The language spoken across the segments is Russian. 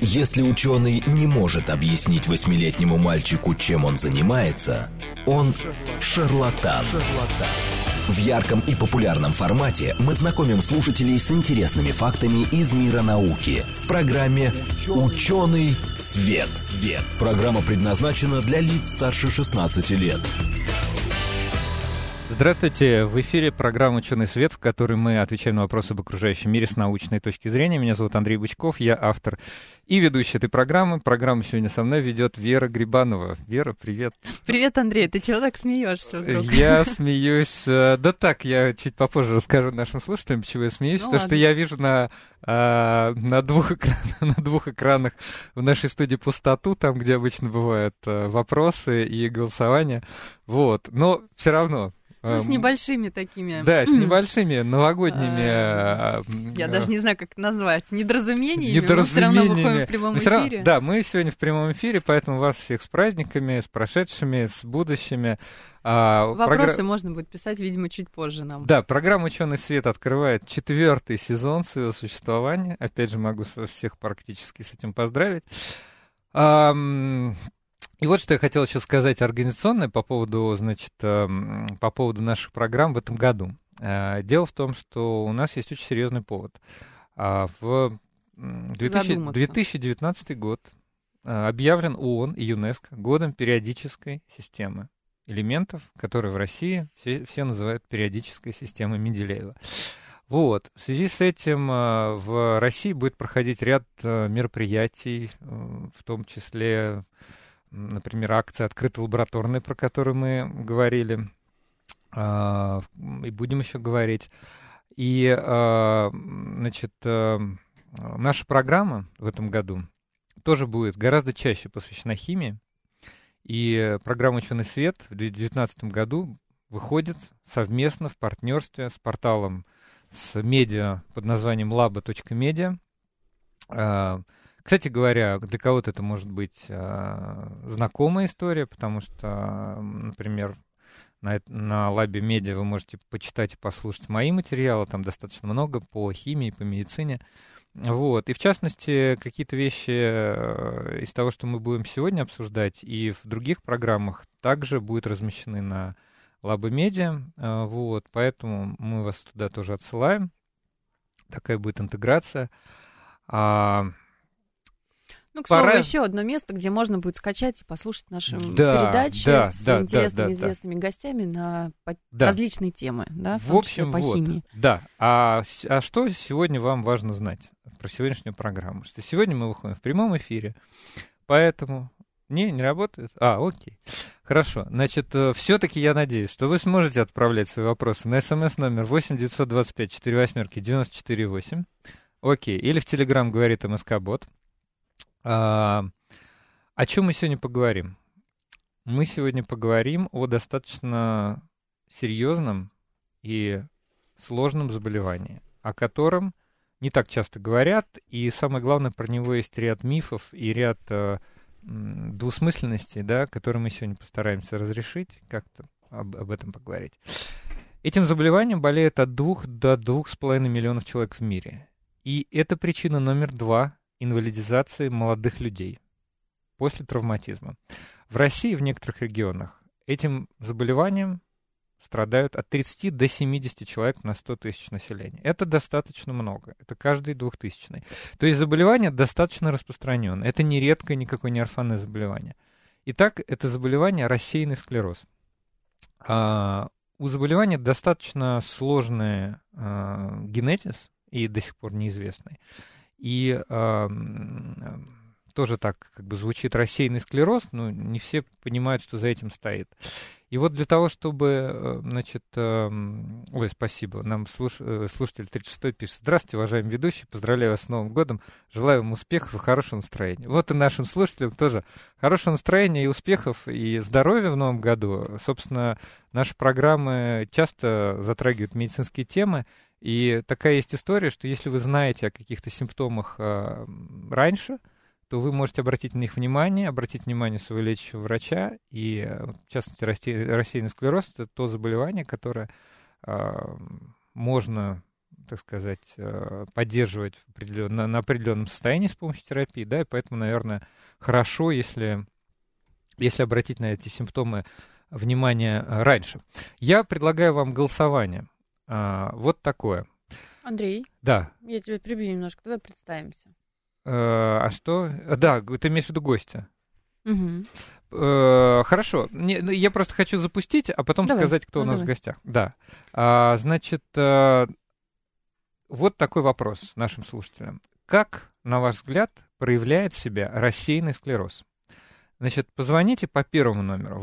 Если ученый не может объяснить 8-летнему мальчику, чем он занимается, он шарлатан. В ярком и популярном формате мы знакомим слушателей с интересными фактами из мира науки в программе «Ученый свет». Программа предназначена для лиц старше 16 лет. Здравствуйте, в эфире программа «Ученый свет», в которой мы отвечаем на вопросы об окружающем мире с научной точки зрения. Меня зовут Андрей Бычков, я автор и ведущий этой программы. Программу сегодня со мной ведет Вера Грибанова. Вера, привет. Привет, Андрей, ты чего так смеешься вдруг? Я смеюсь, да так, я чуть попозже расскажу нашим слушателям, почему я смеюсь, потому что я вижу на двух экранах в нашей студии пустоту, там, где обычно бывают вопросы и голосование. Вот, но все равно. Ну, с небольшими такими. Да, с небольшими новогодними... Я даже не знаю, как это назвать. Недоразумениями. Мы все равно выходим в прямом эфире. Да, мы сегодня в прямом эфире, поэтому вас всех с праздниками, с прошедшими, с будущими. Вопросы можно будет писать, видимо, чуть позже нам. Да, программа «Ученый свет» открывает 4-й сезон своего существования. Опять же, могу всех практически с этим поздравить. И вот что я хотел еще сказать организационное по поводу наших программ в этом году. Дело в том, что у нас есть очень серьезный повод. В 2019 год объявлен ООН и ЮНЕСКО годом периодической системы элементов, которые в России все называют периодической системой Менделеева. Вот. В связи с этим в России будет проходить ряд мероприятий, в том числе... Например, акция «Открытая лабораторная», про которую мы говорили, и будем еще говорить. И, наша программа в этом году тоже будет гораздо чаще посвящена химии. И программа «Ученый свет» в 2019 году выходит совместно в партнерстве с порталом, с медиа под названием labo.media. Кстати говоря, для кого-то это может быть знакомая история, потому что, например, на Лабе Медиа вы можете почитать и послушать мои материалы, там достаточно много по химии, по медицине. Вот. И в частности, какие-то вещи из того, что мы будем сегодня обсуждать, и в других программах также будут размещены на Лабе Медиа. Вот. Поэтому мы вас туда тоже отсылаем. Такая будет интеграция. Ну, к слову, еще одно место, где можно будет скачать и послушать наши передачи с интересными, известными гостями на различные темы, да, в общем, по химии. Да. А что сегодня вам важно знать про сегодняшнюю программу? Что сегодня мы выходим в прямом эфире, поэтому... Не работает? Окей. Хорошо. Значит, все-таки я надеюсь, что вы сможете отправлять свои вопросы на смс-номер 8-925-48-94-8. Окей. Или в Телеграм говорит МСК-бот. О чем мы сегодня поговорим? Мы сегодня поговорим о достаточно серьезном и сложном заболевании, о котором не так часто говорят, и самое главное, про него есть ряд мифов и ряд двусмысленностей, да, которые мы сегодня постараемся разрешить, как-то об этом поговорить. Этим заболеванием болеет от 2 до 2,5 миллионов человек в мире. И это причина номер 2 инвалидизации молодых людей после травматизма. В России в некоторых регионах этим заболеванием страдают от 30 до 70 человек на 100 тысяч населения. Это достаточно много. Это каждый 2000-й. То есть заболевание достаточно распространенное. Это не редкое, никакое не орфанное заболевание. Итак, это заболевание рассеянный склероз. У заболевания достаточно сложный генезис и до сих пор неизвестный. И тоже так как бы звучит рассеянный склероз, но не все понимают, что за этим стоит. И вот для того, чтобы, спасибо, нам слушатель 36-й пишет: «Здравствуйте, уважаемый ведущий, поздравляю вас с Новым годом, желаю вам успехов и хорошего настроения». Вот и нашим слушателям тоже хорошего настроения и успехов, и здоровья в Новом году. Собственно, наши программы часто затрагивают медицинские темы, и такая есть история, что если вы знаете о каких-то симптомах раньше, то вы можете обратить на них внимание, обратить внимание своего лечащего врача. И, в частности, рассеянный склероз — это то заболевание, которое можно так сказать, поддерживать на определенном состоянии с помощью терапии, да, и поэтому, наверное, хорошо, если обратить на эти симптомы внимание раньше. Я предлагаю вам голосование. Вот такое. Андрей. Да. Я тебя перебью немножко, давай представимся. А что? Да, ты имеешь в виду гостя. Угу. Хорошо. Я просто хочу запустить, а потом сказать, кто у нас в гостях. Да. Значит, вот такой вопрос нашим слушателям. Как, на ваш взгляд, проявляет себя рассеянный склероз? Значит, позвоните по первому номеру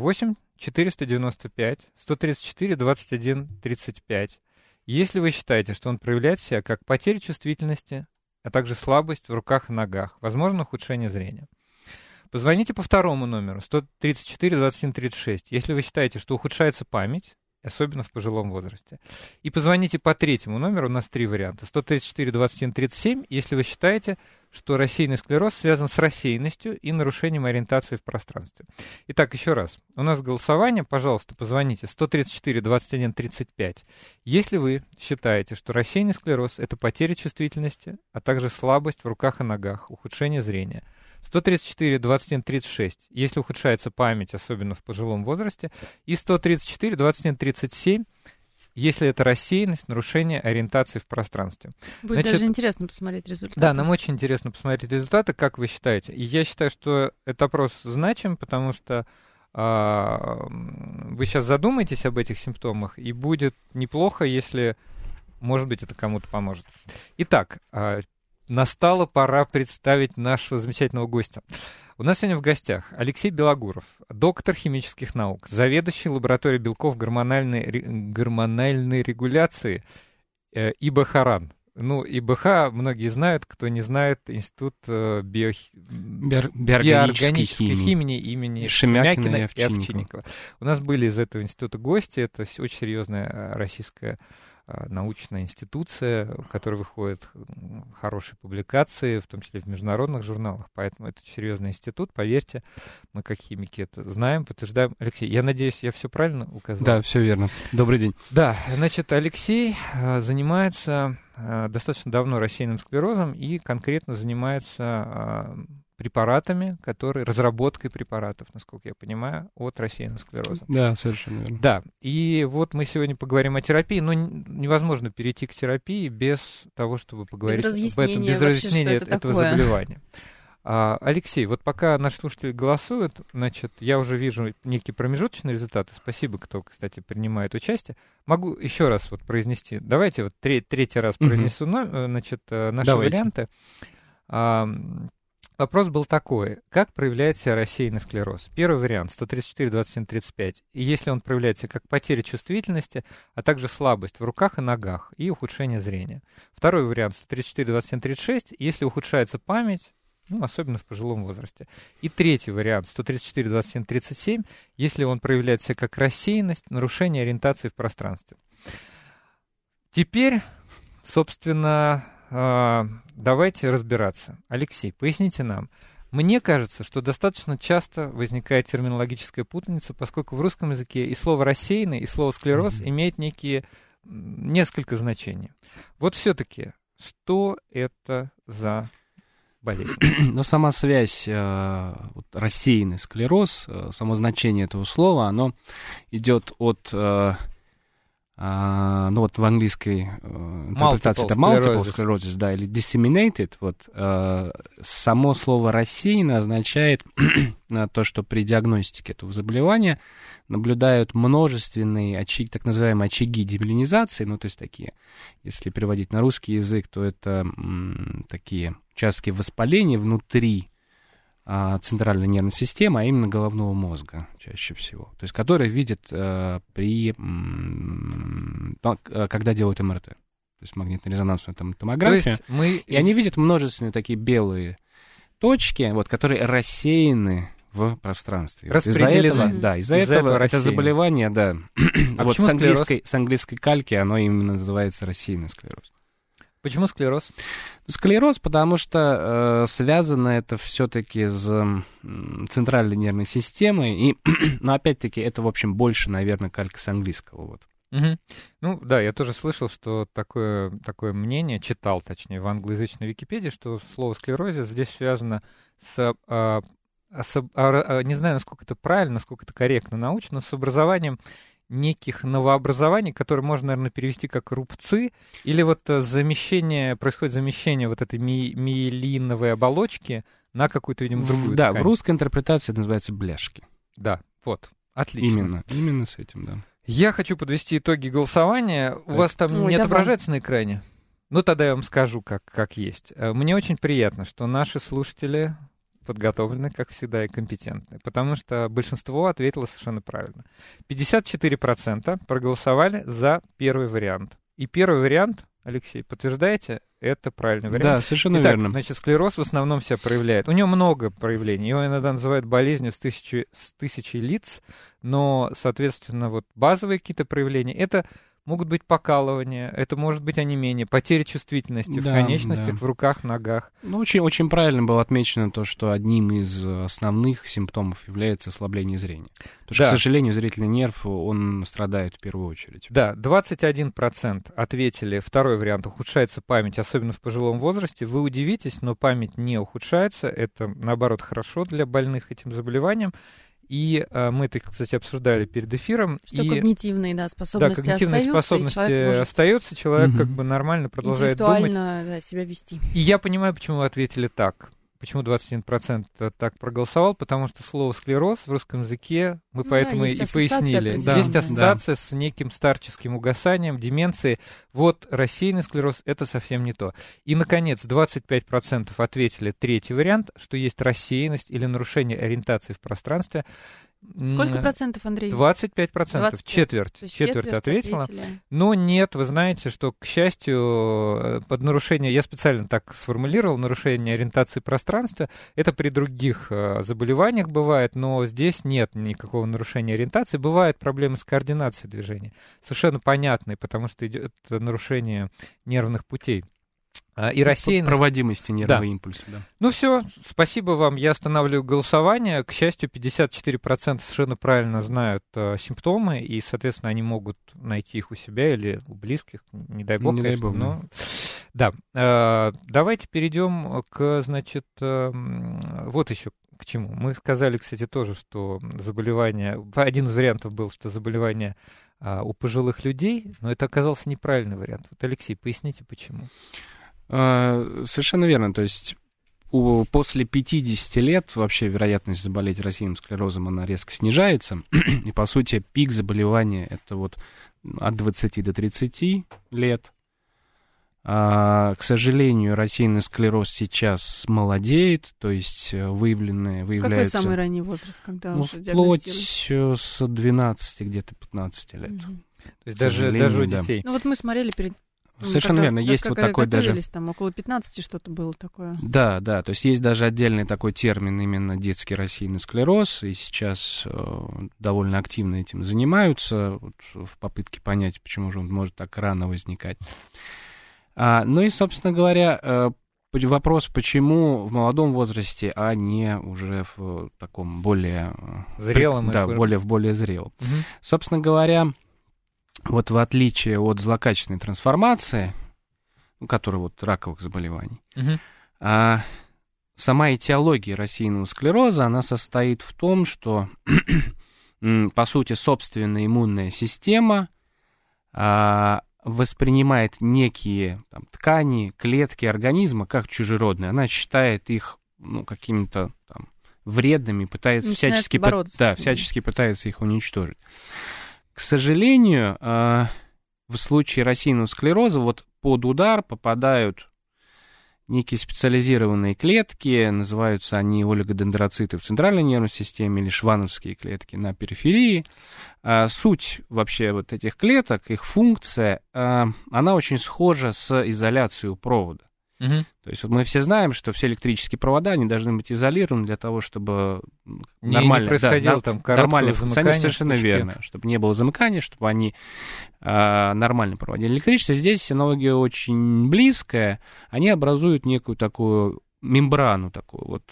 8-495-134-21-35. Если вы считаете, что он проявляет себя как потеря чувствительности, а также слабость в руках и ногах, возможно, ухудшение зрения. Позвоните по второму номеру 134-21-36, если вы считаете, что ухудшается память, особенно в пожилом возрасте. И позвоните по третьему номеру, у нас 3 варианта, 134-21-37, если вы считаете, что рассеянный склероз связан с рассеянностью и нарушением ориентации в пространстве. Итак, еще раз. У нас голосование. Пожалуйста, позвоните 134-21-35. Если вы считаете, что рассеянный склероз — это потеря чувствительности, а также слабость в руках и ногах, ухудшение зрения. 134-21-36, если ухудшается память, особенно в пожилом возрасте. И 134-21-37, если это рассеянность, нарушение ориентации в пространстве. Будет даже интересно посмотреть результаты. Да, нам очень интересно посмотреть результаты, как вы считаете. И я считаю, что этот опрос значим, потому что вы сейчас задумаетесь об этих симптомах, и будет неплохо, если, может быть, это кому-то поможет. Итак, настала пора представить нашего замечательного гостя. У нас сегодня в гостях Алексей Белогуров, доктор химических наук, заведующий лабораторией белков гормональной регуляции ИБХ-РАН. Ну, ИБХ многие знают, кто не знает, Институт биоорганической химии имени Шемякина и Овчинникова. У нас были из этого института гости, это очень серьезная российская научная институция, в которой выходят хорошие публикации, в том числе в международных журналах. Поэтому это серьезный институт, поверьте, мы как химики это знаем, подтверждаем. Алексей, я надеюсь, я все правильно указал? Да, все верно. Добрый день. Да, значит, Алексей занимается достаточно давно рассеянным склерозом и конкретно занимается препаратами, разработкой препаратов, насколько я понимаю, от рассеянного склероза. Да, совершенно верно. Да, и вот мы сегодня поговорим о терапии, но невозможно перейти к терапии без того, чтобы поговорить об этом, без разъяснения этого заболевания. Алексей, вот пока наши слушатели голосуют, значит, я уже вижу некие промежуточные результаты. Спасибо, кто, кстати, принимает участие. Могу еще раз вот произнести. Давайте вот третий раз произнесу, значит, наши варианты. Вопрос был такой. Как проявляет себя рассеянный склероз? Первый вариант 134-27-35. И если он проявляет себя как потеря чувствительности, а также слабость в руках и ногах и ухудшение зрения. Второй вариант 134-27-36. Если ухудшается память, особенно в пожилом возрасте. И третий вариант 134-27-37. Если он проявляет себя как рассеянность, нарушение ориентации в пространстве. Теперь, собственно, давайте разбираться. Алексей, поясните нам. Мне кажется, что достаточно часто возникает терминологическая путаница, поскольку в русском языке и слово «рассеянный», и слово «склероз» имеет несколько значений. Вот все-таки, что это за болезнь? Но сама связь, рассеянный склероз, само значение этого слова, оно идет от... вот в английской интерпретации это multiple sclerosis, да, или disseminated, само слово «рассеянно» означает то, что при диагностике этого заболевания наблюдают множественные очаги, так называемые очаги демиелинизации, то есть такие, если переводить на русский язык, то это такие участки воспаления внутри центральной нервной системы, а именно головного мозга чаще всего, то есть которые видят когда делают МРТ, то есть магнитно-резонансную томографию, и они видят множественные такие белые точки, которые рассеяны в пространстве. Распределены. Из-за этого это заболевание, да. А с английской кальки оно именно называется рассеянный склероз. Почему склероз? Склероз, потому что связано это все-таки с центральной нервной системой, но опять-таки это, в общем, больше, наверное, калька с английского. Угу. Ну да, я тоже слышал, что такое мнение, читал, точнее, в англоязычной Википедии, что слово склерозис здесь связано с, не знаю, насколько это правильно, насколько это корректно научно, но с образованием неких новообразований, которые можно, наверное, перевести как рубцы, или вот происходит замещение вот этой миелиновой оболочки на какую-то, видимо, другую ткань. В русской интерпретации это называется бляшки. Да, вот, отлично. Именно с этим, да. Я хочу подвести итоги голосования. У вас там не отображается на экране? Ну, тогда я вам скажу, как есть. Мне очень приятно, что наши слушатели подготовлены, как всегда, и компетентны, потому что большинство ответило совершенно правильно. 54% проголосовали за первый вариант. И первый вариант, Алексей, подтверждаете, это правильный вариант? Да, совершенно верно. Значит, склероз в основном себя проявляет. У него много проявлений. Его иногда называют болезнью с тысячей лиц, но, соответственно, вот базовые какие-то проявления — это могут быть покалывания, это может быть онемение, потеря чувствительности в конечностях, в руках, ногах. Ну, очень правильно было отмечено то, что одним из основных симптомов является ослабление зрения. Потому что, к сожалению, зрительный нерв, он страдает в первую очередь. Да, 21% ответили, второй вариант, ухудшается память, особенно в пожилом возрасте. Вы удивитесь, но память не ухудшается, это, наоборот, хорошо для больных этим заболеванием. И мы это, кстати, обсуждали перед эфиром. Что когнитивные, способности остаются. Да, когнитивные способности остаются, человек как бы нормально продолжает думать. Интеллектуально себя вести. И я понимаю, почему вы ответили так. Почему 21% так проголосовал? Потому что слово «склероз» в русском языке мы поэтому и пояснили. Есть ассоциация с неким старческим угасанием, деменцией. Вот рассеянный склероз — это совсем не то. И, наконец, 25% ответили третий вариант, что есть рассеянность или нарушение ориентации в пространстве. Сколько процентов, Андрей? 25%. Четверть ответила. Но нет, вы знаете, что, к счастью, под нарушение, я специально так сформулировал, нарушение ориентации пространства, это при других заболеваниях бывает, но здесь нет никакого нарушения ориентации. Бывают проблемы с координацией движения. Совершенно понятные, потому что идет нарушение нервных путей. И рассеянность. Проводимости нервного импульса, да. Ну все, спасибо вам. Я останавливаю голосование. К счастью, 54% совершенно правильно знают симптомы, и, соответственно, они могут найти их у себя или у близких. Не дай бог, конечно. Но... Да. Давайте перейдем к, значит, вот еще к чему. Мы сказали, кстати, тоже, что заболевание... Один из вариантов был, что заболевание у пожилых людей, но это оказался неправильный вариант. Вот, Алексей, поясните, почему. Совершенно верно. То есть после 50 лет вообще вероятность заболеть рассеянным склерозом, она резко снижается. И, по сути, пик заболевания — это вот от 20 до 30 лет. К сожалению, рассеянный склероз сейчас молодеет, то есть выявляются... Какой самый ранний возраст, когда уже вплоть с 12 где-то 15 лет. То есть даже у детей. Ну вот мы смотрели перед... Совершенно верно, есть вот такой даже... Там около 15 что-то было такое. Да, то есть есть даже отдельный такой термин, именно детский рассеянный склероз, и сейчас довольно активно этим занимаются, вот, в попытке понять, почему же он может так рано возникать. Ну и, собственно говоря, вопрос, почему в молодом возрасте, а не уже в таком более... Зрелом. Да, более зрелом. Угу. Собственно говоря... Вот в отличие от злокачественной трансформации, которая вот раковых заболеваний, сама этиология рассеянного склероза, она состоит в том, что, по сути, собственная иммунная система воспринимает некие ткани, клетки организма как чужеродные. Она считает их какими-то вредными, пытается всячески пытается их уничтожить. К сожалению, в случае рассеянного склероза вот под удар попадают некие специализированные клетки, называются они олигодендроциты в центральной нервной системе или шванновские клетки на периферии. Суть вообще вот этих клеток, их функция, она очень схожа с изоляцией у провода. Угу. То есть вот мы все знаем, что все электрические провода, они должны быть изолированы для того, чтобы нормально, не происходило там нормальное функционирование. Совершенно верно, чтобы не было замыкания, чтобы они нормально проводили электричество. Здесь аналогия очень близкая. Они образуют некую такую мембрану, такую вот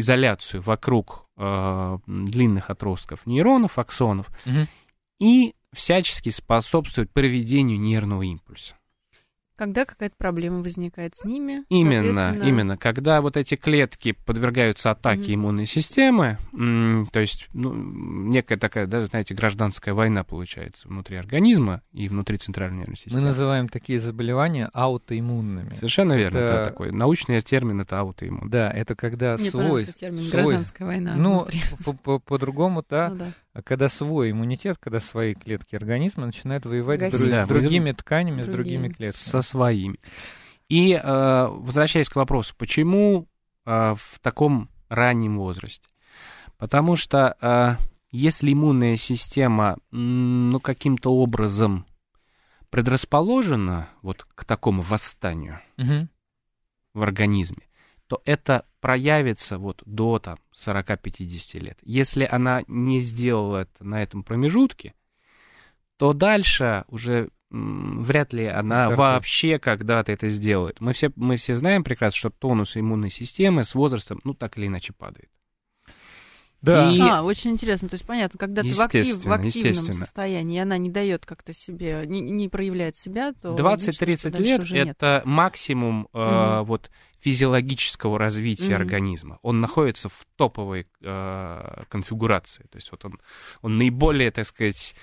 изоляцию вокруг длинных отростков нейронов, аксонов. Угу. И всячески способствует проведению нервного импульса. Когда какая-то проблема возникает с ними. Именно. Когда вот эти клетки подвергаются атаке иммунной системы, то есть некая такая, даже, знаете, гражданская война получается внутри организма и внутри центральной нервной системы. Мы называем такие заболевания аутоиммунными. Совершенно верно. Это такой научный термин, это аутоиммун. Да, это когда Мне понравился термин гражданская война. По-другому, да. Когда свой иммунитет, когда свои клетки организма начинают воевать с другими тканями, с другими клетками. Со своими. И возвращаясь к вопросу, почему в таком раннем возрасте? Потому что если иммунная система каким-то образом предрасположена вот к такому восстанию в организме, то это проявится вот до 40-50 лет. Если она не сделала это на этом промежутке, то дальше уже вряд ли она вообще когда-то это сделает. Мы все знаем прекрасно, что тонус иммунной системы с возрастом, так или иначе падает. Да. Очень интересно. То есть, понятно, когда ты в активном состоянии, и она не дает как-то себе, не проявляет себя, то... 20-30 лет — это максимум физиологического развития организма. Он находится в топовой конфигурации. То есть вот он наиболее, так сказать,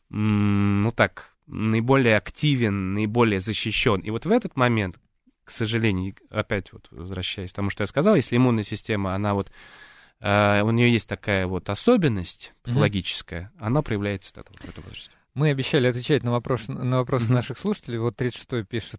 наиболее активен, наиболее защищен. И вот в этот момент, к сожалению, опять вот возвращаясь к тому, что я сказал, если иммунная система, она у нее есть такая вот особенность патологическая, она проявляется в этом возрасте. Мы обещали отвечать на вопросы наших слушателей. Вот 36-й пишет,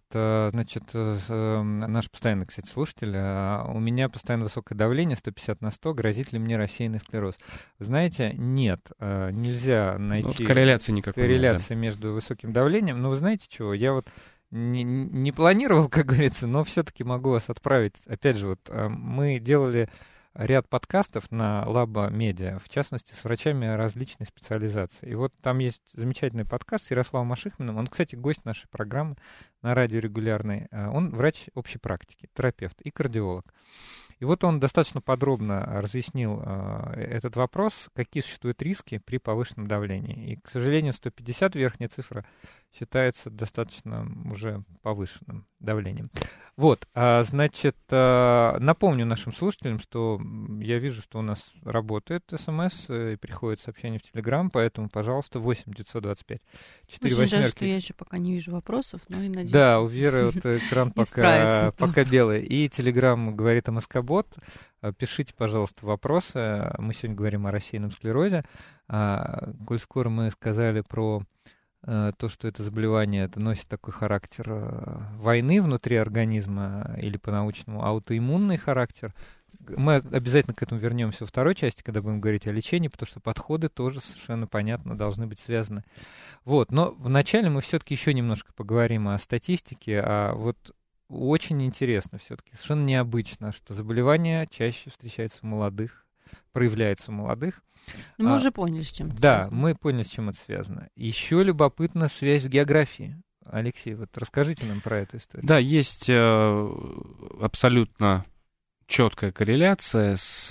наш постоянный, кстати, слушатель, у меня постоянно высокое давление, 150/100, грозит ли мне рассеянный склероз? Вы знаете, нет, нельзя найти корреляции между высоким давлением. Но вы знаете чего, я вот не планировал, как говорится, но все-таки могу вас отправить. Опять же, мы делали ряд подкастов на Лаба Медиа, в частности, с врачами различной специализации. И вот там есть замечательный подкаст с Ярославом Ашихминым. Он, кстати, гость нашей программы на радио регулярный. Он врач общей практики, терапевт и кардиолог. И вот он достаточно подробно разъяснил этот вопрос, какие существуют риски при повышенном давлении. И, к сожалению, 150, верхняя цифра, считается достаточно уже повышенным давлением. Вот, напомню нашим слушателям, что я вижу, что у нас работает СМС и приходит сообщение в Телеграм, поэтому, пожалуйста, 8-925-4 Очень жаль, что я еще пока не вижу вопросов, но и надеюсь. Да, у Веры экран пока белый. И Телеграм говорит МСК-бот. Пишите, пожалуйста, вопросы. Мы сегодня говорим о рассеянном склерозе. Коль скоро мы сказали про то, что это заболевание это носит такой характер войны внутри организма или по-научному аутоиммунный характер. Мы обязательно к этому вернемся во второй части, когда будем говорить о лечении, потому что подходы тоже совершенно понятно должны быть связаны. Вот, но вначале мы все-таки еще немножко поговорим о статистике, очень интересно все-таки, совершенно необычно, что заболевание чаще встречается у молодых, проявляется у молодых. Мы уже поняли, с чем это связано. Да, мы поняли, с чем это связано. Еще любопытна связь с географией. Алексей, расскажите нам про эту историю. Да, есть абсолютно четкая корреляция с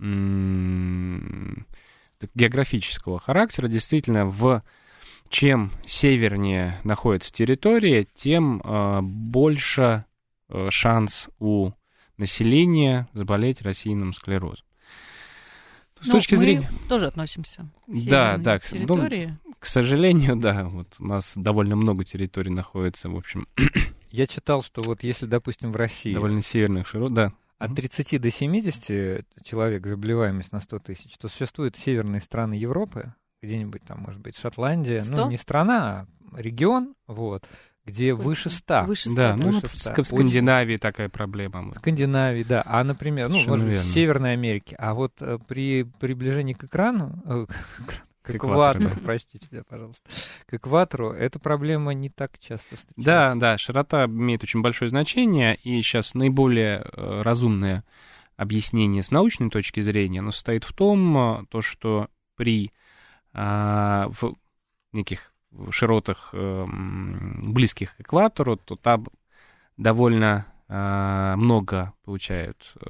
географического характера. Действительно, чем севернее находится территория, тем больше шанс у населения заболеть рассеянным склерозом. С точки зрения... тоже относимся к территории. К сожалению, да, у нас довольно много территорий находится, в общем. Я читал, что если, допустим, в России... Довольно северных широт, да. От 30 до 70 человек заболеваемость на 100 тысяч, то существуют северные страны Европы, где-нибудь там, может быть, Шотландия, 100? Не страна, а регион, где выше 100. Да, в Скандинавии такая проблема. В Скандинавии, да. А, например, может быть, в Северной Америке. А при приближении к экрану, к экватору, простите меня, пожалуйста, к экватору, эта проблема не так часто встречается. Да, широта имеет очень большое значение, и сейчас наиболее разумное объяснение с научной точки зрения, оно состоит в том, что в неких широтах, близких к экватору, то там довольно много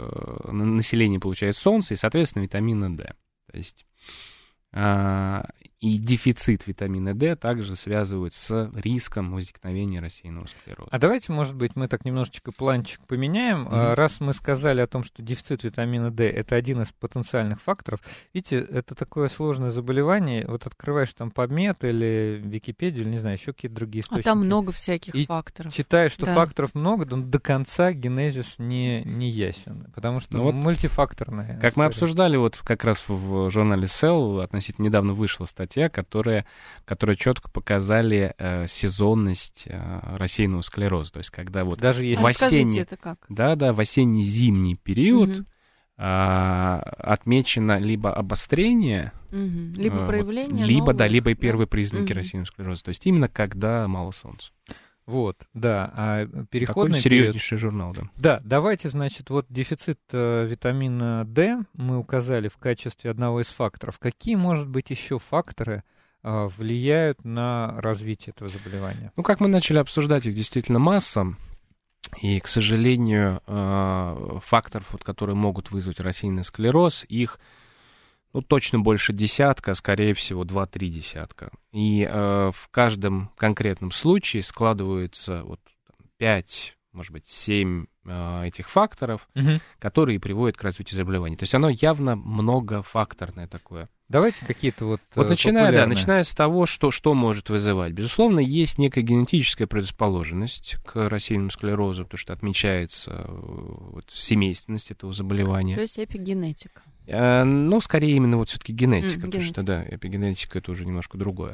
население получает солнце и, соответственно, витамина D. То есть И дефицит витамина D также связывают с риском возникновения рассеянного склероза. А давайте, может быть, мы так немножечко планчик поменяем. Раз мы сказали о том, что дефицит витамина D — это один из потенциальных факторов, видите, это такое сложное заболевание. Вот открываешь там PubMed или Википедию, или, не знаю, еще какие-то другие источники. А там много всяких факторов. Читаешь, что факторов много, но до конца генезис не ясен, потому что мультифакторная как история. Мы обсуждали вот как раз в журнале Cell, относительно недавно вышла статья, которые четко показали сезонность рассеянного склероза. То есть, когда вот даже если... в осенне-зимний период отмечено либо обострение, либо проявление, либо и первые признаки рассеянного склероза. То есть, именно когда мало солнца. Вот, да, а переходный такой серьезнейший журнал, да. Да, давайте, значит, вот дефицит витамина D мы указали в качестве одного из факторов. Какие, может быть, еще факторы влияют на развитие этого заболевания? Ну, как мы начали обсуждать, их действительно масса. И, к сожалению, факторов, вот, которые могут вызвать рассеянный склероз, их точно больше десятка, скорее всего, 2-3 десятка. И в каждом конкретном случае складывается 5, может быть, 7 этих факторов, которые приводят к развитию заболевания. То есть оно явно многофакторное такое. Давайте какие-то начиная с того, что может вызывать. Безусловно, есть некая генетическая предрасположенность к рассеянному склерозу, потому что отмечается семейственность этого заболевания. То есть эпигенетика. Скорее именно все-таки генетика, потому что, эпигенетика — это уже немножко другое.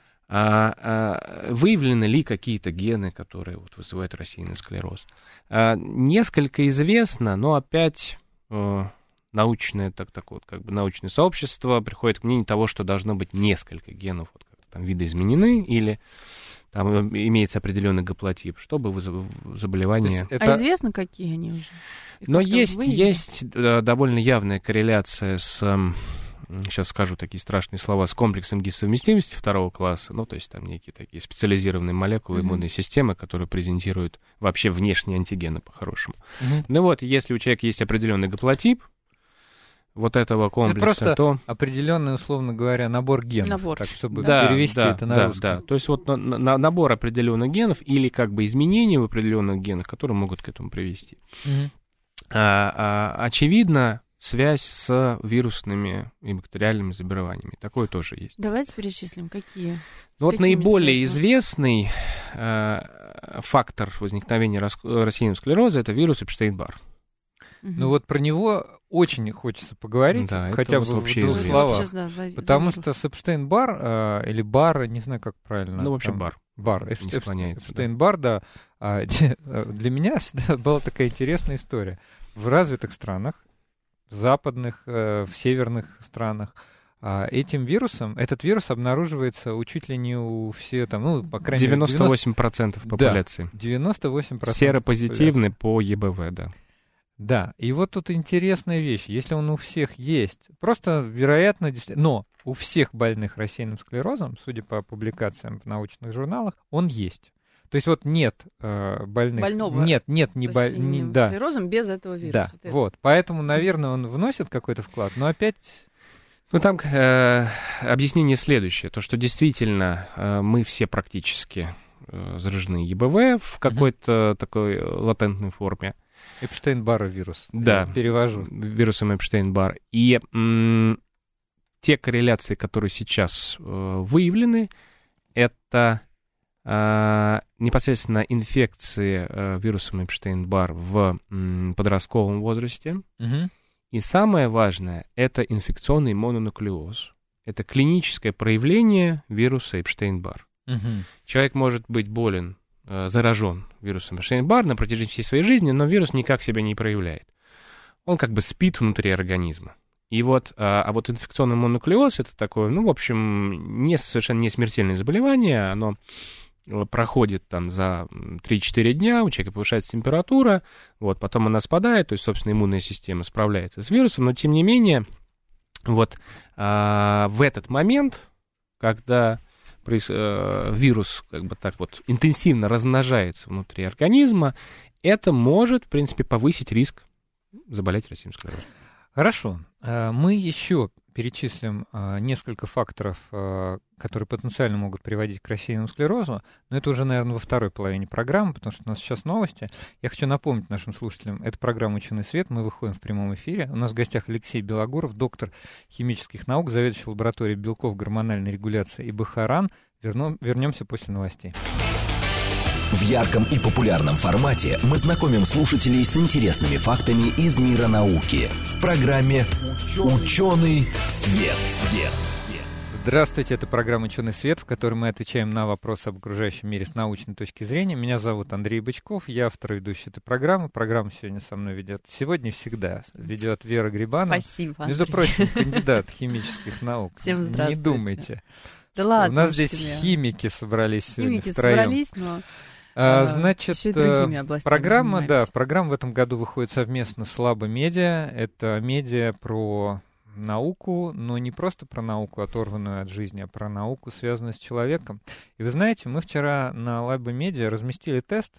Выявлены ли какие-то гены, которые вызывают рассеянный склероз? Несколько известно, но опять научное научное сообщество приходит к мнению того, что должно быть несколько генов, видоизменены, или там имеется определенный гаплотип, чтобы заболевание... А известно, какие они уже? Но есть довольно явная корреляция с... Сейчас скажу такие страшные слова, с комплексом гистосовместимости 2 класса, то есть там некие такие специализированные молекулы иммунной системы, которые презентируют вообще внешние антигены по-хорошему. Если у человека есть определенный гаплотип этого комплекса, это просто определенный, условно говоря, набор генов, так, чтобы перевести это на русский. Да, то есть набор определенных генов или изменения в определенных генах, которые могут к этому привести. Очевидно, связь с вирусными и бактериальными заболеваниями. Такое тоже есть. Давайте перечислим, какие. Наиболее известный фактор возникновения рассеянного склероза — это вирус Эпштейн-Бар. Про него очень хочется поговорить, хотя бы в 2 словах. Потому что с Эпштейн-Бар или Бар, не знаю, как правильно. Бар. Бар. Эпштейн-Бар, да. Для меня всегда была такая интересная история. В развитых странах, в западных, в северных странах, этот вирус обнаруживается чуть ли не у всех, по крайней мере, 98% популяции. Да, 98%. Серопозитивный по ЕБВ, да. Да, и тут интересная вещь. Если он у всех есть, просто вероятно, но у всех больных рассеянным склерозом, судя по публикациям в научных журналах, он есть. То есть нет больных... Больного склерозом без этого вируса. Да, поэтому, наверное, он вносит какой-то вклад, но опять... Там объяснение следующее, то, что действительно мы все практически заражены ЕБВ в какой-то такой латентной форме. Эпштейн-Бар вирус. Да, перевожу. Вирусом Эпштейн-Бар. И те корреляции, которые сейчас выявлены, это непосредственно инфекции вирусом Эпштейн-Бар в подростковом возрасте. И самое важное — это инфекционный мононуклеоз. Это клиническое проявление вируса Эпштейн-Бар. Человек может быть заражен вирусом Эпштейн-Бар на протяжении всей своей жизни, но вирус никак себя не проявляет. Он спит внутри организма. И инфекционный мононуклеоз — это такое, совершенно не смертельное заболевание, оно проходит за 3-4 дня, у человека повышается температура, потом она спадает, то есть, собственно, иммунная система справляется с вирусом, но, тем не менее, в этот момент, когда вирус интенсивно размножается внутри организма, это может, в принципе, повысить риск заболеть рассеянным склерозом. Хорошо. Мы еще перечислим несколько факторов, которые потенциально могут приводить к рассеянному склерозу, но это уже, наверное, во второй половине программы, потому что у нас сейчас новости. Я хочу напомнить нашим слушателям, это программа «Ученый свет», мы выходим в прямом эфире. У нас в гостях Алексей Белогуров, доктор химических наук, заведующий лабораторией белков гормональной регуляции ИБХ РАН. Вернемся после новостей. В ярком и популярном формате мы знакомим слушателей с интересными фактами из мира науки в программе «Ученый свет». Здравствуйте, это программа «Ученый свет», в которой мы отвечаем на вопросы об окружающем мире с научной точки зрения. Меня зовут Андрей Бычков, я автор и ведущий этой программы. Программу сегодня со мной ведет, сегодня и всегда ведет Вера Грибанова. Спасибо, Андрей. Между прочим, кандидат химических наук. Всем здравствуйте. Не думайте. Да ладно. У нас здесь химики собрались сегодня втроем. Собрались, но... Значит, программа в этом году выходит совместно с Лабо Медиа. Это медиа про науку, но не просто про науку, оторванную от жизни, а про науку, связанную с человеком. И вы знаете, мы вчера на Лабо Медиа разместили тест.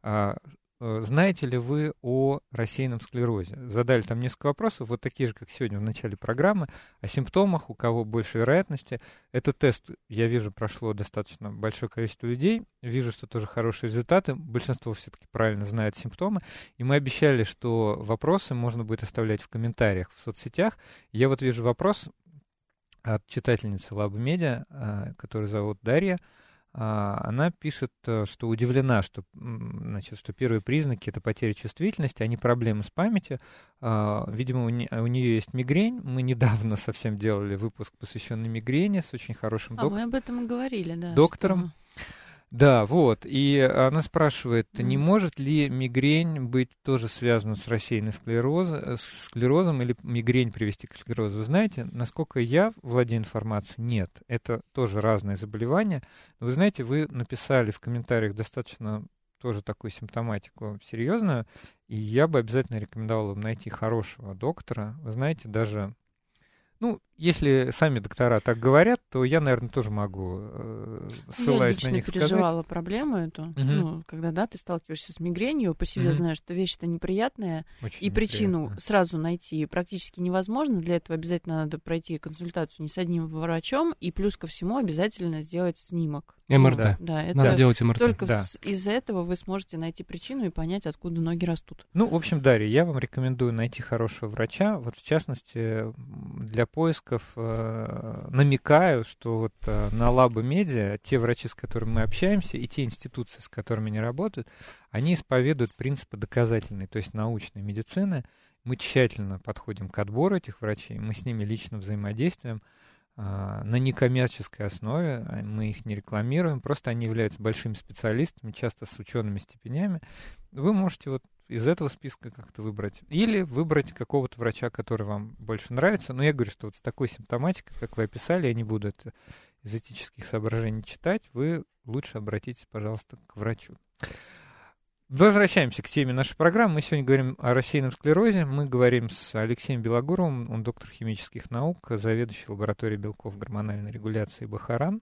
Знаете ли вы о рассеянном склерозе? Задали там несколько вопросов, вот такие же, как сегодня в начале программы, о симптомах, у кого больше вероятности. Этот тест, я вижу, прошло достаточно большое количество людей, вижу, что тоже хорошие результаты, большинство все-таки правильно знают симптомы, и мы обещали, что вопросы можно будет оставлять в комментариях в соцсетях. Я вот вижу вопрос от читательницы Лабо Медиа, которую зовут Дарья. Она пишет, что удивлена, что первые признаки — это потеря чувствительности, а не проблемы с памятью. Видимо, у нее есть мигрень. Мы недавно совсем делали выпуск, посвященный мигрени, с очень хорошим мы об этом и говорили, да. Доктором. Да, вот. И она спрашивает, не может ли мигрень быть тоже связана с рассеянным склерозом или мигрень привести к склерозу? Вы знаете, насколько я владею информацией, нет. Это тоже разные заболевания. Но вы знаете, вы написали в комментариях достаточно тоже такую симптоматику серьезную, и я бы обязательно рекомендовал вам найти хорошего доктора. Вы знаете, даже... если сами доктора так говорят, то я, наверное, тоже могу, ссылаясь на них, сказать. Я лично переживала проблему эту, когда, ты сталкиваешься с мигренью, по себе знаешь, что вещь-то неприятная, очень и причину сразу найти практически невозможно. Для этого обязательно надо пройти консультацию не с одним врачом, и плюс ко всему обязательно сделать снимок. МРТ. Да, это надо делать МРТ. Только из-за этого вы сможете найти причину и понять, откуда ноги растут. В общем, Дарья, я вам рекомендую найти хорошего врача, вот в частности, для поисков намекаю, что вот на Лабо Медиа те врачи, с которыми мы общаемся, и те институции, с которыми они работают, они исповедуют принципы доказательной, то есть научной медицины. Мы тщательно подходим к отбору этих врачей, мы с ними лично взаимодействуем на некоммерческой основе, мы их не рекламируем, просто они являются большими специалистами, часто с учеными степенями. Вы можете вот из этого списка как-то выбрать. Или выбрать какого-то врача, который вам больше нравится. Но я говорю, что вот с такой симптоматикой, как вы описали, я не буду это из этических соображений читать, вы лучше обратитесь, пожалуйста, к врачу. Возвращаемся к теме нашей программы. Мы сегодня говорим о рассеянном склерозе. Мы говорим с Алексеем Белогуровым, он доктор химических наук, заведующий лабораторией белков гормональной регуляции ИБХ РАН.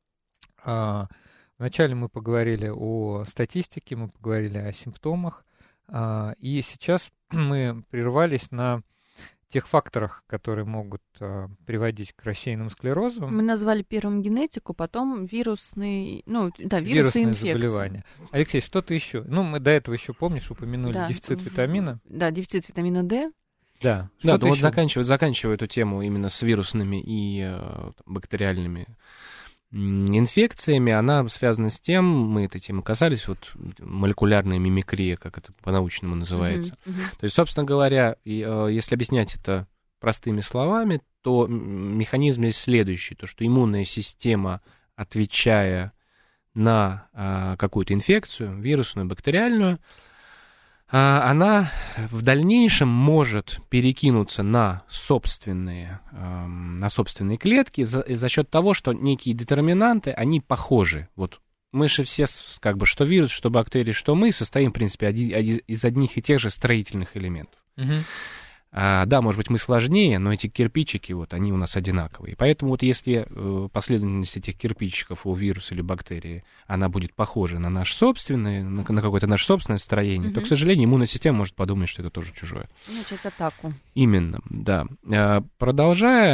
Вначале мы поговорили о статистике, мы поговорили о симптомах, и сейчас мы прервались на тех факторах, которые могут приводить к рассеянному склерозу. Мы назвали первым генетику, потом вирусные инфекции. Заболевания. Алексей, что-то еще? Мы до этого еще, помнишь, упомянули дефицит витамина. Да, дефицит витамина D. Да, вот заканчивая эту тему именно с вирусными и бактериальными инфекциями, она связана с тем, мы этой темы касались, вот молекулярная мимикрия, как это по-научному называется. То есть, собственно говоря, если объяснять это простыми словами, то механизм здесь следующий, то что иммунная система, отвечая на какую-то инфекцию, вирусную, бактериальную, она в дальнейшем может перекинуться на собственные клетки за счет того, что некие детерминанты, они похожи. Вот мы же все, что вирус, что бактерии, что мы, состоим, в принципе, из одних и тех же строительных элементов. Да, может быть, мы сложнее, но эти кирпичики, вот, они у нас одинаковые. Поэтому вот если последовательность этих кирпичиков у вируса или бактерии, она будет похожа на наш собственный, на какое-то наше собственное строение, то, к сожалению, иммунная система может подумать, что это тоже чужое. Начать атаку. Именно, да. Продолжая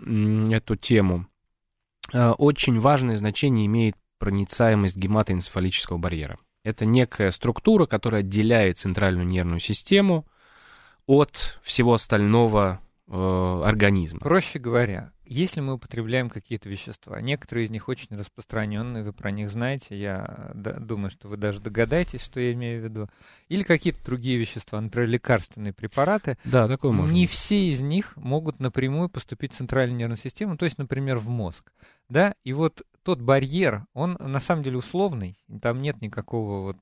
эту тему, очень важное значение имеет проницаемость гематоэнцефалического барьера. Это некая структура, которая отделяет центральную нервную систему от всего остального организма. Проще говоря, если мы употребляем какие-то вещества, некоторые из них очень распространенные, вы про них знаете, я думаю, что вы даже догадаетесь, что я имею в виду, или какие-то другие вещества, например, лекарственные препараты, да, такое можно. Не все из них могут напрямую поступить в центральную нервную систему, то есть, например, в мозг. Да? И вот тот барьер, он на самом деле условный, там нет никакого вот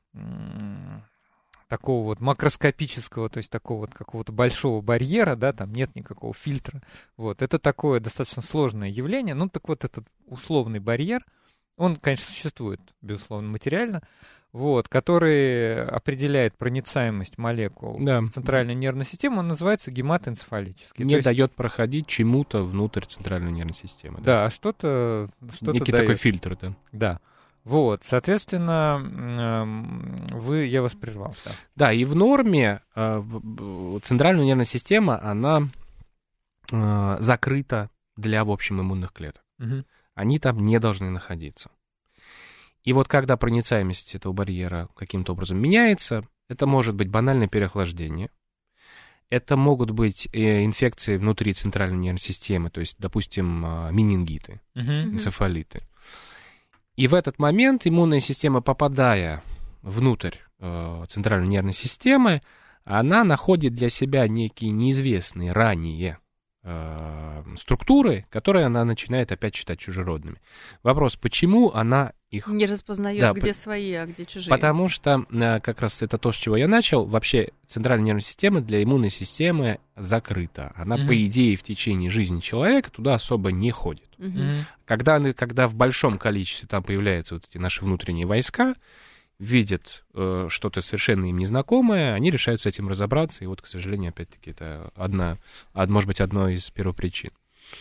такого вот макроскопического, то есть такого вот какого-то большого барьера, да, там нет никакого фильтра. Вот, это такое достаточно сложное явление. Ну, так вот, этот условный барьер, он, конечно, существует, безусловно, материально, вот, который определяет проницаемость молекул в центральной нервной системе, он называется гематоэнцефалический. Не дает проходить чему-то внутрь центральной нервной системы. Да, а что-то некий дает. Такой фильтр, да. Да. Вот, соответственно, я вас прервал. Да, да, и в норме центральная нервная система, она закрыта для, в общем, иммунных клеток. Угу. Они там не должны находиться. И вот когда проницаемость этого барьера каким-то образом меняется, это может быть банальное переохлаждение, это могут быть инфекции внутри центральной нервной системы, то есть, допустим, менингиты, энцефалиты. И в этот момент иммунная система, попадая внутрь центральной нервной системы, она находит для себя некие неизвестные ранее структуры, которые она начинает опять считать чужеродными. Вопрос, почему она их... Не распознает, где свои, а где чужие. Потому что, как раз это то, с чего я начал, вообще центральная нервная система для иммунной системы закрыта. Она, по идее, в течение жизни человека туда особо не ходит. Когда в большом количестве там появляются вот эти наши внутренние войска, видят что-то совершенно им незнакомое, они решают с этим разобраться, и вот, к сожалению, опять-таки, это может быть, одной из первопричин.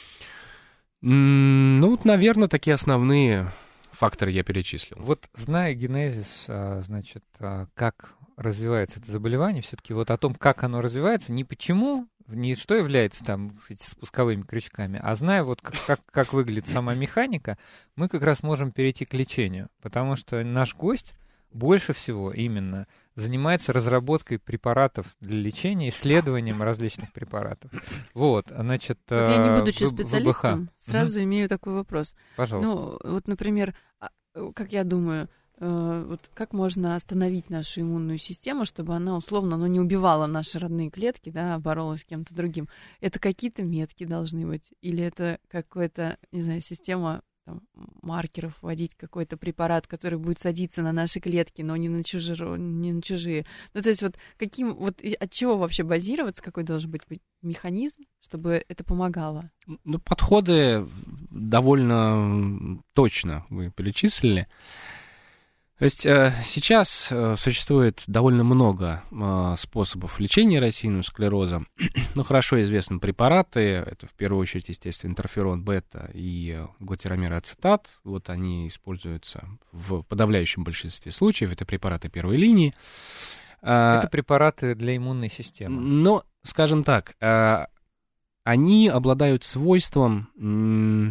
Ну, вот, наверное, такие основные факторы я перечислил. Вот, зная генезис, значит, как развивается это заболевание, все-таки вот о том, как оно развивается, не почему, не что является там, кстати, спусковыми крючками, а зная вот как выглядит сама механика, мы как раз можем перейти к лечению, потому что наш гость больше всего именно занимается разработкой препаратов для лечения, исследованием различных препаратов. Вот, значит, вот я, не будучи специалистом, сразу имею такой вопрос. Пожалуйста. Ну, вот, например, как я думаю, вот как можно остановить нашу иммунную систему, чтобы она условно, не убивала наши родные клетки, да, а боролась с кем-то другим? Это какие-то метки должны быть? Или это какая-то, не знаю, система маркеров, вводить какой-то препарат, который будет садиться на наши клетки, но не на чужие. Ну, то есть вот от чего вообще базироваться, какой должен быть механизм, чтобы это помогало? Ну, подходы довольно точно вы перечислили. То есть сейчас существует довольно много способов лечения рассеянного склероза. Ну, хорошо известны препараты, это в первую очередь, естественно, интерферон бета и глутирамин ацетат. Вот они используются в подавляющем большинстве случаев, это препараты первой линии. Это препараты для иммунной системы. Но, скажем так, они обладают свойством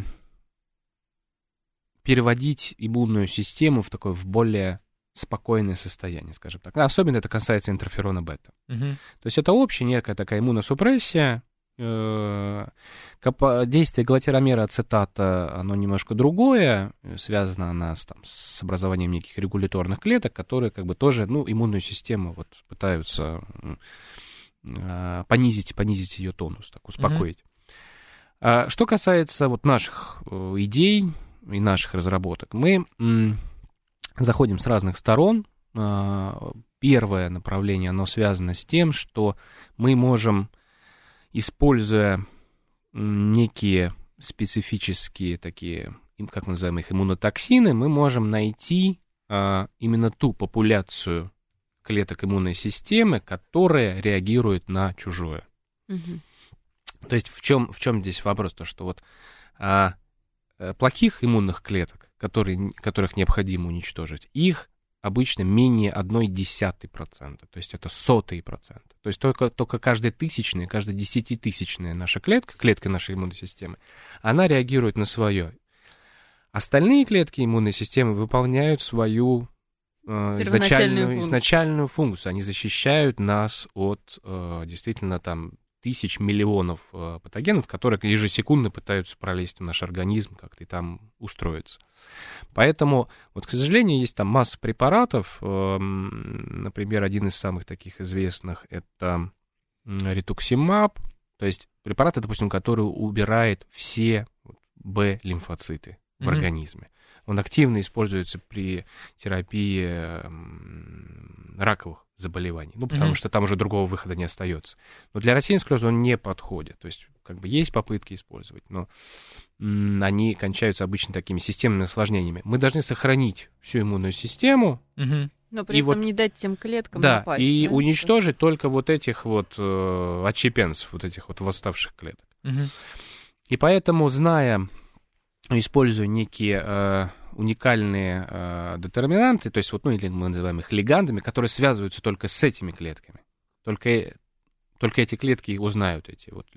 переводить иммунную систему в более спокойное состояние, скажем так. Особенно это касается интерферона бета. То есть это общая некая такая иммуносупрессия. Действие глутирамина ацетата, оно немножко другое. Связано оно с образованием неких регуляторных клеток, которые тоже иммунную систему пытаются понизить ее тонус, успокоить. Что касается наших идей и наших разработок, мы заходим с разных сторон. Первое направление, оно связано с тем, что мы можем, используя некие специфические такие, как мы называем их, иммунотоксины, мы можем найти именно ту популяцию клеток иммунной системы, которая реагирует на чужое. То есть в чем здесь вопрос? То, что плохих иммунных клеток, которых необходимо уничтожить, их обычно менее 0,1%, то есть это 0,01%. То есть только каждая тысячная, каждая десятитысячная наша клетка нашей иммунной системы, она реагирует на свое. Остальные клетки иммунной системы выполняют свою изначальную функцию. Они защищают нас от действительно там тысяч, миллионов патогенов, которые ежесекундно пытаются пролезть в наш организм, как-то и там устроиться. Поэтому, вот, к сожалению, есть там масса препаратов. Например, один из самых таких известных — это ритуксимаб, то есть препарат, допустим, который убирает все Б-лимфоциты в организме. Он активно используется при терапии раковых заболеваний, потому что там уже другого выхода не остается. Но для рассеянного склероза он не подходит. То есть, как бы есть попытки использовать, но они кончаются обычно такими системными осложнениями. Мы должны сохранить всю иммунную систему. Но при этом не дать тем клеткам напасть. И уничтожить только вот этих вот отщепенцев, вот этих вот восставших клеток. И поэтому, используя некие уникальные детерминанты, то есть или мы называем их лигандами, которые связываются только с этими клетками. Только эти клетки узнают эти вот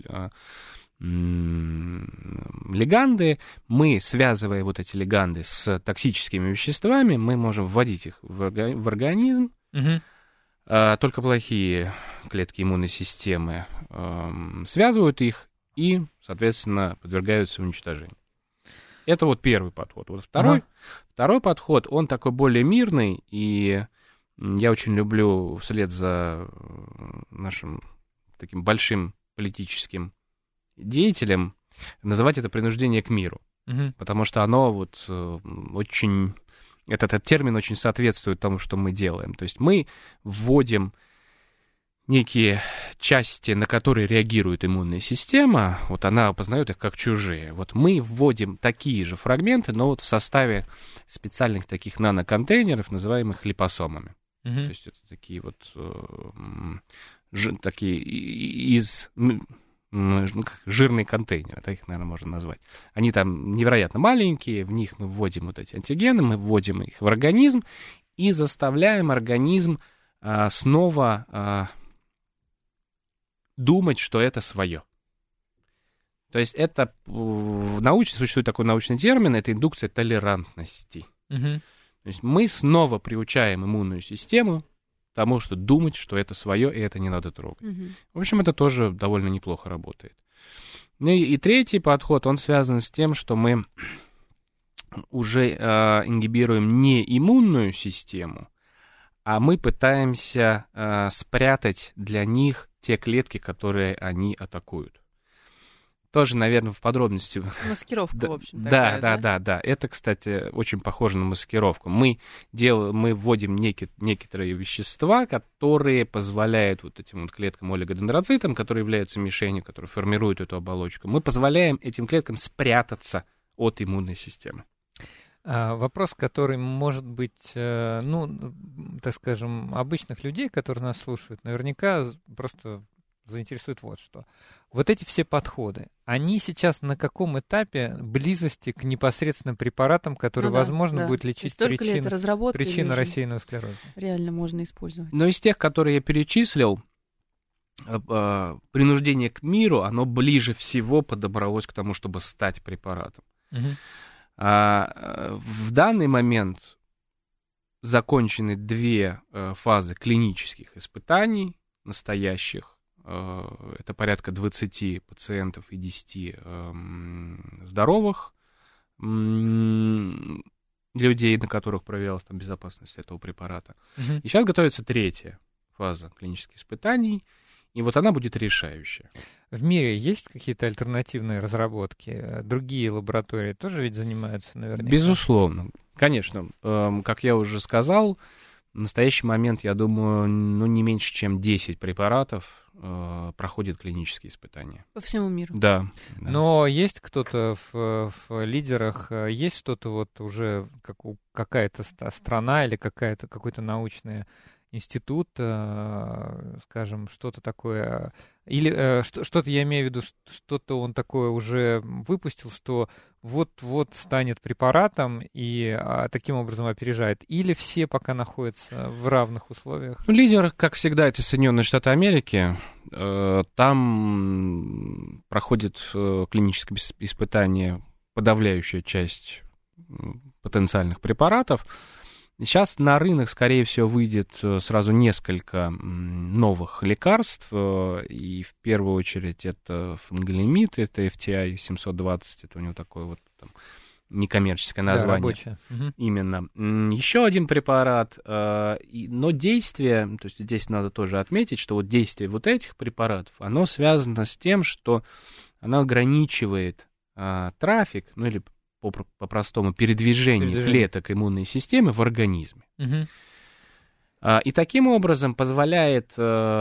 лиганды. Мы, связывая вот эти лиганды с токсическими веществами, мы можем вводить их в организм. Только плохие клетки иммунной системы связывают их и, соответственно, подвергаются уничтожению. Это вот первый подход. Вот второй подход, он такой более мирный, и я очень люблю вслед за нашим таким большим политическим деятелем называть это принуждение к миру. Потому что оно вот очень... Этот термин очень соответствует тому, что мы делаем. То есть мы вводим некие части, на которые реагирует иммунная система, вот она опознает их как чужие. Вот мы вводим такие же фрагменты, но вот в составе специальных таких наноконтейнеров, называемых липосомами. То есть это такие вот жирные контейнеры, так их, наверное, можно назвать. Они там невероятно маленькие, в них мы вводим вот эти антигены, мы вводим их в организм и заставляем организм снова думать, что это свое. То есть это существует такой научный термин, это индукция толерантности. То есть мы снова приучаем иммунную систему к тому, что думать, что это свое, и это не надо трогать. В общем, это тоже довольно неплохо работает. Ну и третий подход, он связан с тем, что мы уже ингибируем не иммунную систему, а мы пытаемся спрятать для них те клетки, которые они атакуют. Тоже, наверное, в подробности. Маскировка, в общем. Да. Это, кстати, очень похоже на маскировку. Мы вводим некоторые вещества, которые позволяют вот этим вот клеткам олигодендроцитам, которые являются мишенью, которые формируют эту оболочку, мы позволяем этим клеткам спрятаться от иммунной системы. Вопрос, который, может быть, так скажем, обычных людей, которые нас слушают, наверняка просто заинтересует вот что. Вот эти все подходы, они сейчас на каком этапе близости к непосредственным препаратам, которые, возможно, будут лечить причину рассеянного склероза? Реально можно использовать. Но из тех, которые я перечислил, принуждение к миру, оно ближе всего подобралось к тому, чтобы стать препаратом. В данный момент закончены 2 фазы клинических испытаний настоящих. Это порядка 20 пациентов и 10 здоровых людей, на которых проверялась там безопасность этого препарата. И сейчас готовится 3-я фаза клинических испытаний, и вот она будет решающая. В мире есть какие-то альтернативные разработки? Другие лаборатории тоже ведь занимаются, наверняка? Безусловно. Конечно. Как я уже сказал, в настоящий момент, я думаю, не меньше, чем 10 препаратов проходят клинические испытания. По всему миру? Да. Но есть кто-то в лидерах, есть что-то вот уже какая-то страна или какое-то научное институт, скажем, что-то такое, или что-то, я имею в виду, что-то он такое уже выпустил, что вот-вот станет препаратом и таким образом опережает, или все пока находятся в равных условиях? Лидер, как всегда, это Соединенные Штаты Америки. Там проходит клиническое испытание подавляющая часть потенциальных препаратов. Сейчас на рынок, скорее всего, выйдет сразу несколько новых лекарств, и в первую очередь это фенголимид, это FTI 720, это у него такое вот там некоммерческое название. Да, рабочее. Именно. Еще один препарат, но действие, то есть здесь надо тоже отметить, что вот действие вот этих препаратов, оно связано с тем, что оно ограничивает трафик, ну или по-простому передвижение клеток иммунной системы в организме. И таким образом позволяет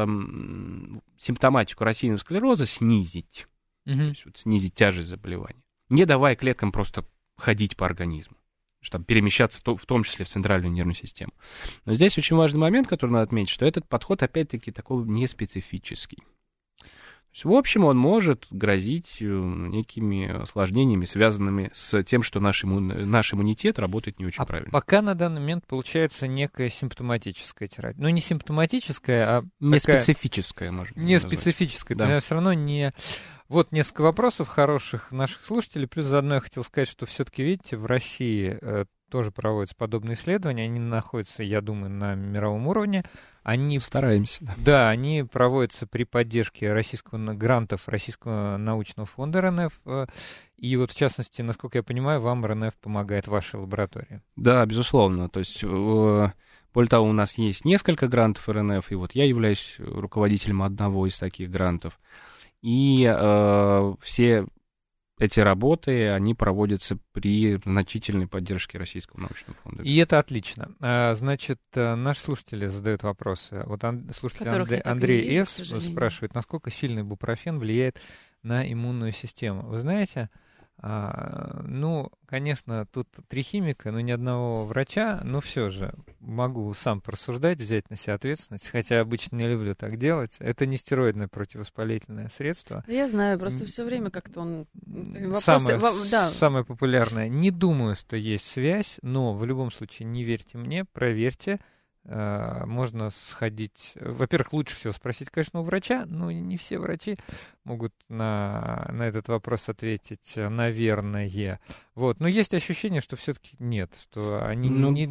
симптоматику рассеянного склероза снизить, то есть вот снизить тяжесть заболевания, не давая клеткам просто ходить по организму, чтобы перемещаться в том числе в центральную нервную систему. Но здесь очень важный момент, который надо отметить, что этот подход опять-таки такой неспецифический. То есть, в общем, он может грозить некими осложнениями, связанными с тем, что наш иммунитет работает не очень правильно. Пока на данный момент получается некая симптоматическая терапия. Ну, не симптоматическая, а не специфическая, может быть. Не специфическая, да. Но все равно не... Вот несколько вопросов хороших наших слушателей. Плюс заодно я хотел сказать, что все-таки, видите, в России тоже проводятся подобные исследования. Они находятся, я думаю, на мировом уровне. Они стараемся. Да, они проводятся при поддержке грантов Российского научного фонда РНФ. И вот, в частности, насколько я понимаю, вам РНФ помогает, ваша лаборатория. Да, безусловно. То есть, более того, у нас есть несколько грантов РНФ, и вот я являюсь руководителем одного из таких грантов. И все эти работы, они проводятся при значительной поддержке Российского научного фонда. И это отлично. Значит, наши слушатели задают вопросы. Вот слушатель Андрей С. спрашивает, насколько сильно ибупрофен влияет на иммунную систему. Вы знаете, ну, конечно, тут 3 химика, но ни одного врача, но все же могу сам порассуждать, взять на себя ответственность, хотя обычно не люблю так делать. Это не стероидное противовоспалительное средство. Я знаю, просто все время как-то он... Самое популярное. Не думаю, что есть связь, но в любом случае не верьте мне, проверьте. Можно сходить... Во-первых, лучше всего спросить, конечно, у врача, но не все врачи могут на этот вопрос ответить, наверное. Вот. Но есть ощущение, что все-таки нет, что они не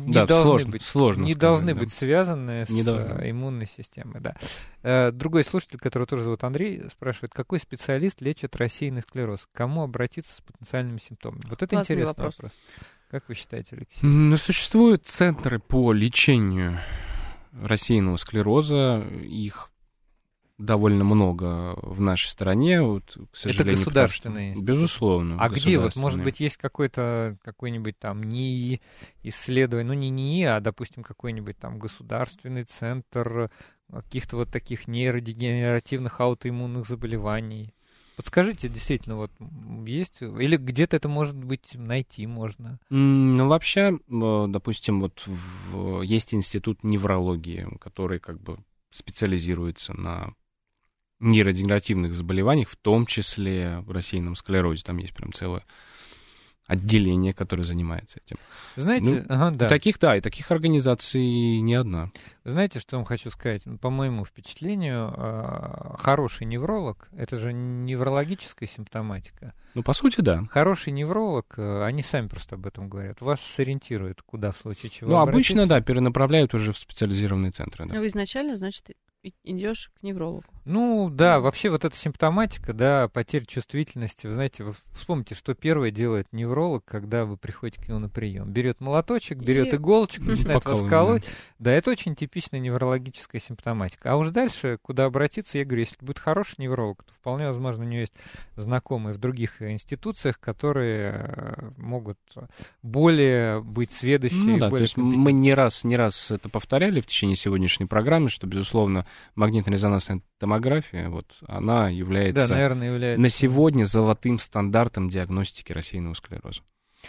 должны быть связаны с иммунной системой. Да. Другой слушатель, которого тоже зовут Андрей, спрашивает, какой специалист лечит рассеянный склероз? К кому обратиться с потенциальными симптомами? Вот это классный интересный вопрос. Как вы считаете, Алексей? Существуют центры по лечению рассеянного склероза. Их довольно много в нашей стране. Вот, к сожалению, это государственные институты? Безусловно. А где? Вот, может быть, есть какой-нибудь там НИИ исследование, ну не НИИ, а, допустим, какой-нибудь там государственный центр каких-то вот таких нейродегенеративных аутоиммунных заболеваний. Подскажите, действительно, вот есть, или где-то это, может быть, найти можно? Ну, вообще, допустим, вот есть институт неврологии, который как бы специализируется на нейродегенеративных заболеваниях, в том числе в рассеянном склерозе. Там есть прям целое отделение, которое занимается этим. Знаете, и таких организаций не одна. Знаете, что я вам хочу сказать? По моему впечатлению, хороший невролог, это же неврологическая симптоматика. Ну, по сути, да. Хороший невролог, они сами просто об этом говорят, вас сориентируют, куда в случае чего обратиться. Обычно, да, перенаправляют уже в специализированные центры. Да. Ну, изначально, значит, идешь к неврологу. Ну, да, вообще вот эта симптоматика, да, потеря чувствительности, вы знаете, вы вспомните, что первое делает невролог, когда вы приходите к нему на прием. Берет молоточек, берет иголочку, начинает вас колоть. Да, это очень типичная неврологическая симптоматика. А уж дальше, куда обратиться, я говорю, если будет хороший невролог, то вполне возможно, у него есть знакомые в других институциях, которые могут более быть сведущие. Ну, да, то есть мы не раз это повторяли в течение сегодняшней программы, что, безусловно, магнитно-резонансная томография, вот, она является, наверное, на сегодня золотым стандартом диагностики рассеянного склероза.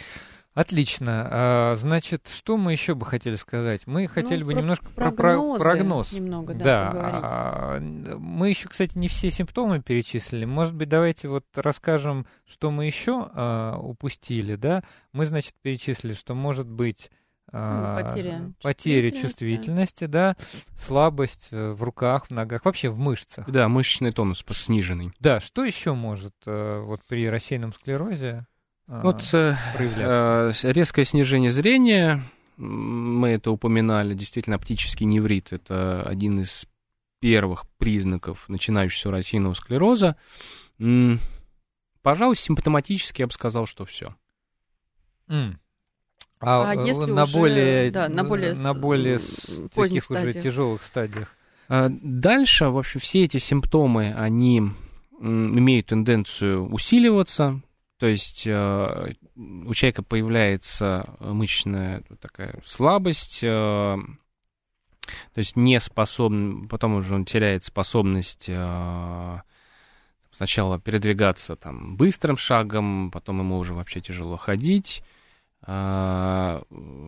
Отлично. Значит, что мы еще бы хотели сказать? Мы хотели бы немножко про прогноз. Немного, да. Мы еще, кстати, не все симптомы перечислили. Может быть, давайте вот расскажем, что мы еще упустили, да? Мы, значит, перечислили, что может быть потеря чувствительности, да, слабость в руках, в ногах, вообще в мышцах. Да, мышечный тонус сниженный. Да, что еще может вот при рассеянном склерозе резкое снижение зрения, мы это упоминали, действительно, оптический неврит — это один из первых признаков начинающегося рассеянного склероза. Пожалуй, симптоматически я бы сказал, что все. Если на более таких уже тяжелых стадиях? Дальше, в общем, все эти симптомы, они имеют тенденцию усиливаться. То есть у человека появляется мышечная такая слабость, то есть не способен, потом уже он теряет способность сначала передвигаться там быстрым шагом, потом ему уже вообще тяжело ходить, потом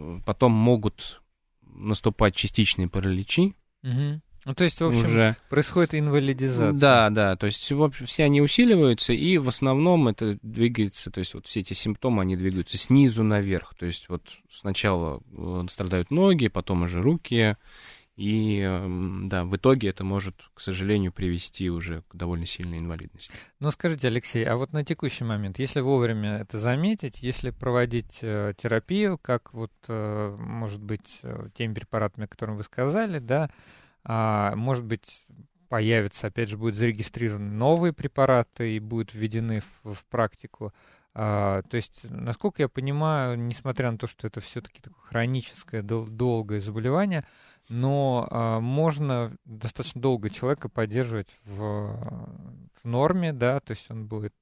могут наступать частичные параличи. Угу. Ну, то есть, в общем, уже происходит инвалидизация. Да, то есть, в общем, все они усиливаются, и в основном это двигается, то есть, вот все эти симптомы, они двигаются снизу наверх, то есть, вот сначала страдают ноги, потом уже руки, и, да, в итоге это может, к сожалению, привести уже к довольно сильной инвалидности. Ну, скажите, Алексей, а вот на текущий момент, если вовремя это заметить, если проводить терапию, как вот, может быть, теми препаратами, о которых вы сказали, да, может быть, появятся, опять же, будут зарегистрированы новые препараты и будут введены в практику. То есть, насколько я понимаю, несмотря на то, что это все-таки такое хроническое, долгое заболевание, но можно достаточно долго человека поддерживать в норме, да, то есть он будет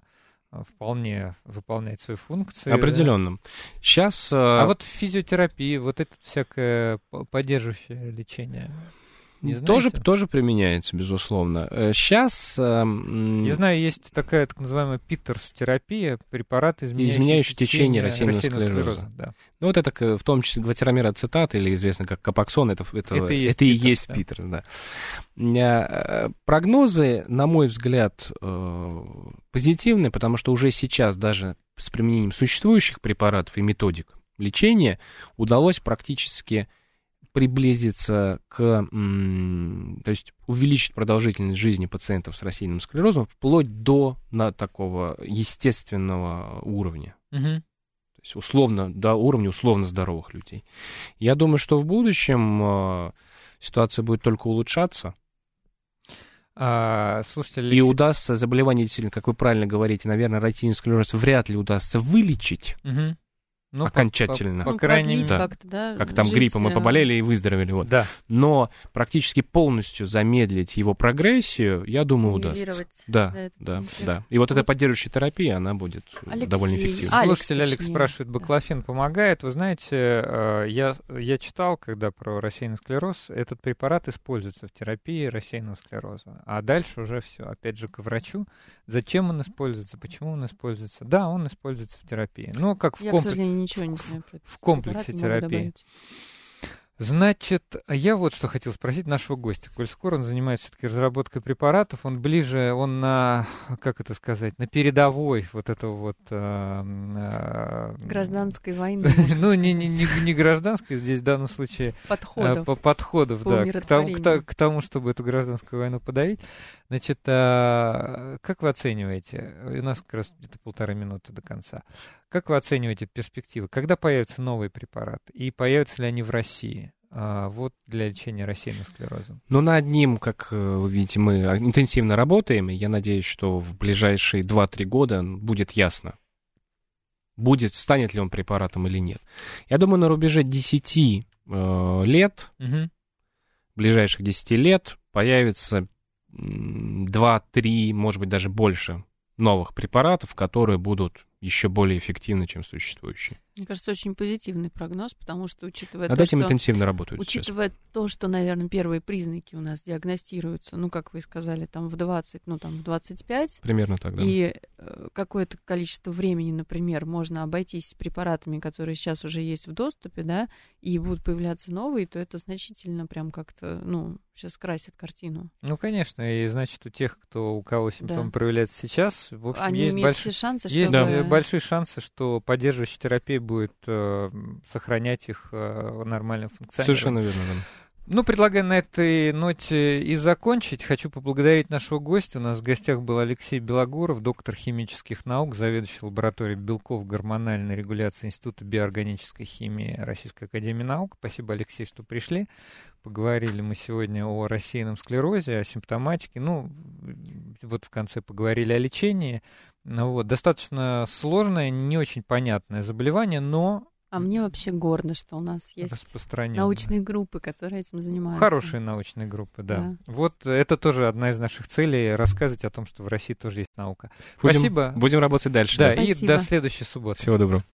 вполне выполнять свои функции. Определенно. Сейчас... А вот физиотерапия, вот это всякое поддерживающее лечение... Тоже применяется, безусловно. Сейчас... Я знаю, есть такая так называемая Питерс-терапия, препарат, изменяющий течение рассеянного склероза. Да. Ну, вот это в том числе глутарамир ацетат, или известно как капоксон, это и есть Питерс, да. Прогнозы, на мой взгляд, позитивные, потому что уже сейчас даже с применением существующих препаратов и методик лечения удалось практически приблизиться то есть увеличить продолжительность жизни пациентов с рассеянным склерозом вплоть до такого естественного уровня. Угу. То есть до уровня условно здоровых людей. Я думаю, что в будущем ситуация будет только улучшаться. Слушайте, Алексей... И удастся заболевание, действительно, как вы правильно говорите, наверное, рассеянный склероз вряд ли удастся вылечить. Угу. Ну, окончательно. По крайней мере, как-то, да, как там гриппом мы поболели и выздоровели. Вот. Да. Но практически полностью замедлить его прогрессию, я думаю, удастся. Да. И вот эта поддерживающая терапия, она будет довольно эффективна. Слушатель Алекс спрашивает, баклофен помогает? Вы знаете, я читал, когда про рассеянный склероз, этот препарат используется в терапии рассеянного склероза. А дальше уже все, опять же, к врачу. Зачем он используется, почему он используется? Да, он используется в терапии. Но как в комплексе. Ничего не знаю про это. В комплексе терапии. Значит, я вот что хотел спросить нашего гостя. Коль скоро он занимается все-таки разработкой препаратов, он ближе, он на, как это сказать, на передовой вот этого вот... гражданской войны. Ну, не гражданской, здесь в данном случае... Подходов, да, к тому, чтобы эту гражданскую войну подавить. Значит, как вы оцениваете, у нас как раз где-то 1,5 минуты до конца, как вы оцениваете перспективы, когда появятся новые препараты, и появятся ли они в России, вот для лечения рассеянного склероза? Ну, над ним, как вы видите, мы интенсивно работаем, и я надеюсь, что в ближайшие 2-3 года будет ясно, станет ли он препаратом или нет. Я думаю, на рубеже 10 лет, ближайших 10 лет, появится 2-3, может быть, даже больше новых препаратов, которые будут еще более эффективны, чем существующие. Мне кажется, очень позитивный прогноз, потому что, учитывая над этим интенсивно работают учитывая сейчас. То, что, наверное, первые признаки у нас диагностируются, ну, как вы сказали, там в 20, ну, там в 25. Примерно так, да. И какое-то количество времени, например, можно обойтись препаратами, которые сейчас уже есть в доступе, да, и будут появляться новые, то это значительно прям как-то, ну, сейчас красит картину. Ну, конечно, и значит, у кого симптомы проявляются сейчас, в общем, есть большие шансы, что поддерживающая терапия будет сохранять их нормальное функционирование. Совершенно верно, да. Ну, предлагаю на этой ноте и закончить. Хочу поблагодарить нашего гостя. У нас в гостях был Алексей Белогоров, доктор химических наук, заведующий лабораторией белков гормональной регуляции Института биоорганической химии Российской академии наук. Спасибо, Алексей, что пришли. Поговорили мы сегодня о рассеянном склерозе, о симптоматике. Ну, вот в конце поговорили о лечении. Вот. Достаточно сложное, не очень понятное заболевание, но... А мне вообще гордо, что у нас есть научные группы, которые этим занимаются. Хорошие научные группы, да. Вот это тоже одна из наших целей — рассказывать о том, что в России тоже есть наука. Спасибо. Будем работать дальше. Да, и до следующей субботы. Всего доброго.